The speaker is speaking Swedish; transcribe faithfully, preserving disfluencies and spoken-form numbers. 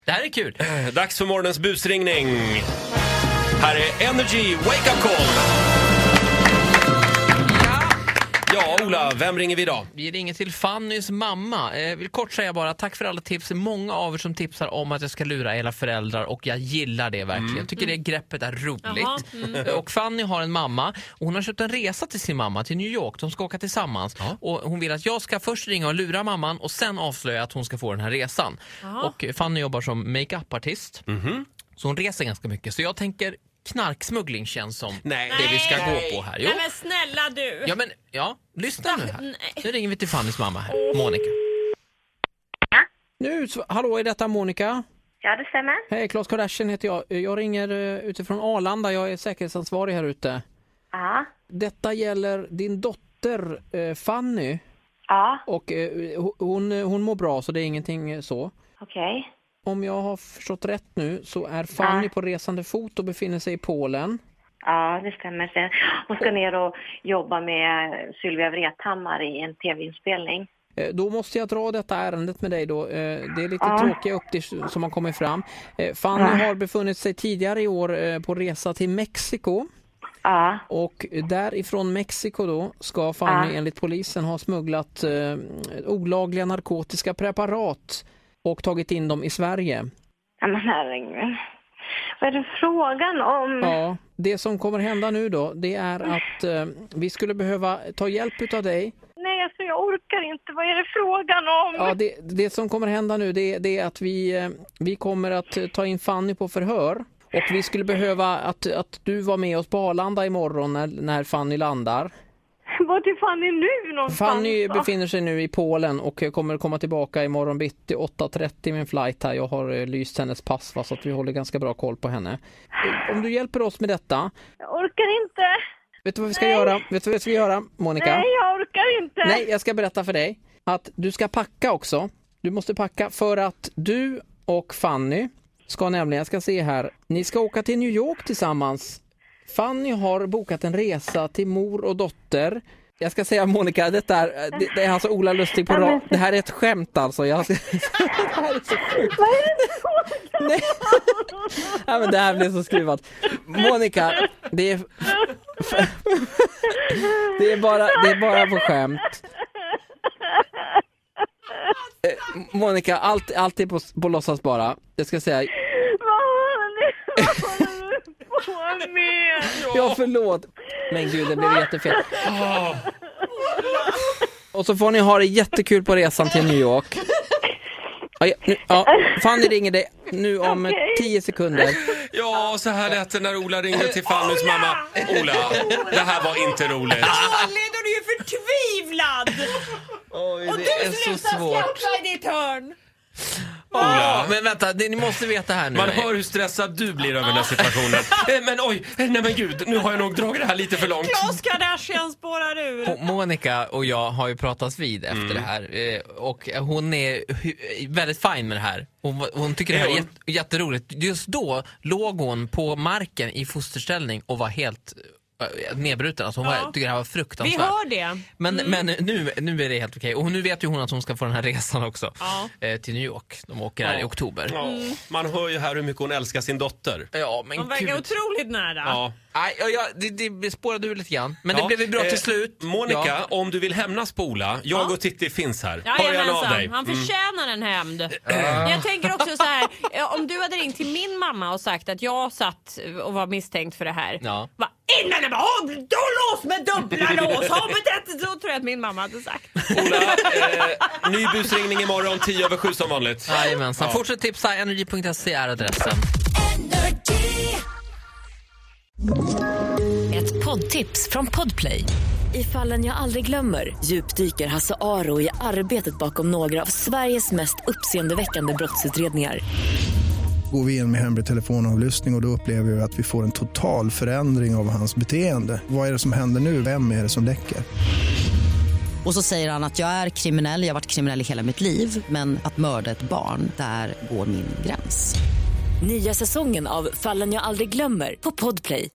Det här är kul. Eh, Dags för morgonens busringning. Här är Energy Wake Up Call. Ja, Ola, vem ringer vi idag? Vi ringer till Fannys mamma. Jag vill kort säga bara tack för alla tips. Många av er som tipsar om att jag ska lura era föräldrar och jag gillar det verkligen. Mm. Jag tycker det greppet är roligt. Mm. Och Fanny har en mamma och hon har köpt en resa till sin mamma till New York. De ska åka tillsammans. Ja. Och hon vill att jag ska först ringa och lura mamman och sen avslöja att hon ska få den här resan. Aha. Och Fanny jobbar som make-up-artist. Mm-hmm. Så hon reser ganska mycket. Så jag tänker... knarksmuggling känns som Nej. det vi ska gå på här. Jo. Nej, men snälla du. Ja, men ja, lyssna nu här. Nu ringer vi till Fannys mamma här, Monica. Nu, hallå, är detta Monica? Ja, det stämmer. Hej, Claes Kardashian heter jag. Jag ringer uh, utifrån Arlanda. Jag är säkerhetsansvarig här ute. Ja. Detta gäller din dotter uh, Fanny. Ja. Och uh, hon, hon mår bra, så det är ingenting uh, så. Okej. Okay. Om jag har förstått rätt nu så är Fanny ja. på resande fot och befinner sig i Polen. Ja, det stämmer. Hon ska ner och jobba med Sylvia Vrethammar i en tv-inspelning. Då måste jag dra detta ärendet med dig då. Det är lite ja. tråkiga uppgifter som har kommit fram. Fanny ja. har befunnit sig tidigare i år på resa till Mexiko. Ja. Och därifrån Mexiko då ska Fanny ja. enligt polisen ha smugglat eh, olagliga narkotiska preparat och tagit in dem i Sverige. Ja, men herregud. Vad är det frågan om? Ja, det som kommer hända nu då, det är att eh, vi skulle behöva ta hjälp utav dig. Nej, alltså jag orkar inte. Vad är det frågan om? Ja, det, det som kommer hända nu, det, det är att vi, eh, vi kommer att ta in Fanny på förhör. Och vi skulle behöva att, att du var med oss på Arlanda imorgon när, när Fanny landar. Vad är Fanny nu någonstans? Fanny befinner sig nu i Polen och kommer komma tillbaka imorgon bitti åtta trettio med en flight här. Jag har eh, lyst hennes pass så att vi håller ganska bra koll på henne. Om du hjälper oss med detta. Jag orkar inte. Vet du vad vi ska Nej. göra? Vet du vad vi ska göra, Monica? Nej, jag orkar inte. Nej, jag ska berätta för dig att du ska packa också. Du måste packa för att du och Fanny ska nämligen, jag ska se här, ni ska åka till New York tillsammans. Fanny har bokat en resa till mor och dotter. Jag ska säga, Monica, detta är, det, det är alltså Ola Lustig på rad. Det här är ett skämt alltså. Jag ska, det här är så sjukt. Vad är det? Nej. Ja, men det här blir så skruvat. Monica, det är det är bara det är bara på skämt. Eh, Monica, allt allt är på på låtsas bara. Jag ska säga. Ja, förlåt. Men gud, det blev jättefel. Oh. Och så får ni ha det jättekul på resan till New York. Ja, nu, ja, Fanny ringer dig nu om okay. tio sekunder. Ja, så här lät det när Ola ringde till Fannys Ola! mamma. Ola, det här var inte roligt. Ola, du är ju förtvivlad. Oj, det och du är så svårt. I ditt hörn. Ola. Men vänta, det, ni måste veta här nu. Man hör hur stressad du blir över den här situationen. Men oj, nej men gud, nu har jag nog dragit det här lite för långt. Claes Kardashian spårar ur. Monica och jag har ju pratats vid efter mm. det här. Och hon är väldigt fin med det här. Hon, hon tycker det här är jätt, jätteroligt. Just då låg hon på marken i fosterställning och var helt nedbruten. Alltså hon ja. var, tycker det här var fruktansvärt. Vi hör det. Men, Mm. men nu, nu är det helt okej. Och nu vet ju hon att hon ska få den här resan också. Ja. Eh, till New York. De åker här ja. i oktober. Ja. Mm. Man hör ju här hur mycket hon älskar sin dotter. Ja, men hon verkar gud. otroligt nära. Ja. Nej, ja, ja, det, det spårade ur lite grann. Men ja. det blev ju bra till eh, slut. Monica, ja. om du vill hämnas på Ola, jag ja. och Titti finns här. Ja, hör gärna av dig. Han förtjänar mm. en hämnd. Mm. Jag tänker också så här, om du hade ringt till min mamma och sagt att jag satt och var misstänkt för det här. Ja. Va? Innan det var då lås med dubbla lås. Har med det, så tror jag att min mamma hade sagt. Ola, eh, ny busringning imorgon tio över sju som vanligt. Jajamensan. Ja. Fortsätt tipsa, energy punkt se är adressen. Ett poddtips från Podplay. I Fallen jag aldrig glömmer djupdyker Hasse Aro i arbetet bakom några av Sveriges mest uppseendeväckande brottsutredningar. Går vi in med hemlig telefonavlyssning och, och då upplever vi att vi får en total förändring av hans beteende. Vad är det som händer nu? Vem är det som läcker? Och så säger han att jag är kriminell, jag har varit kriminell i hela mitt liv. Men att mörda ett barn, där går min gräns. Nya säsongen av Fallen jag aldrig glömmer på Podplay.